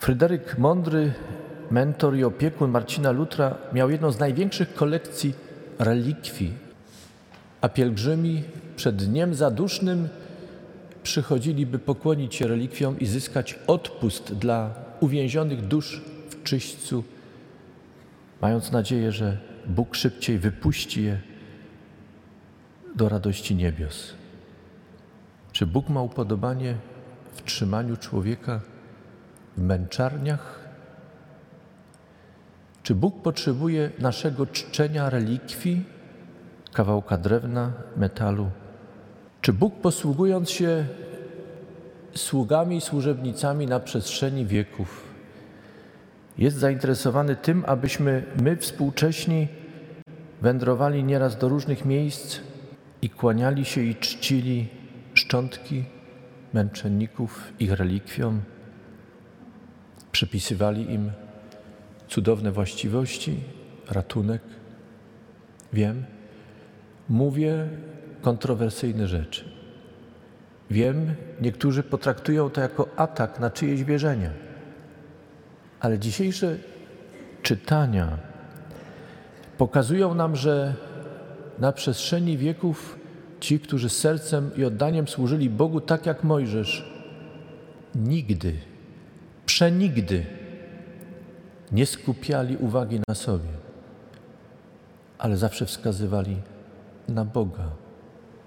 Fryderyk Mądry, mentor i opiekun Marcina Lutra, miał jedną z największych kolekcji relikwii, a pielgrzymi przed dniem zadusznym przychodzili, by pokłonić się relikwiom i zyskać odpust dla uwięzionych dusz w czyśćcu, mając nadzieję, że Bóg szybciej wypuści je do radości niebios. Czy Bóg ma upodobanie w trzymaniu człowieka w męczarniach? Czy Bóg potrzebuje naszego czczenia relikwii, kawałka drewna, metalu? Czy Bóg, posługując się sługami i służebnicami na przestrzeni wieków, jest zainteresowany tym, abyśmy my współcześni wędrowali nieraz do różnych miejsc i kłaniali się i czcili szczątki męczenników, ich relikwiom, przypisywali im cudowne właściwości, ratunek? Wiem, mówię kontrowersyjne rzeczy. Wiem, niektórzy potraktują to jako atak na czyjeś wierzenia. Ale dzisiejsze czytania pokazują nam, że na przestrzeni wieków ci, którzy sercem i oddaniem służyli Bogu tak jak Mojżesz, nigdy, przenigdy nie skupiali uwagi na sobie, ale zawsze wskazywali na Boga.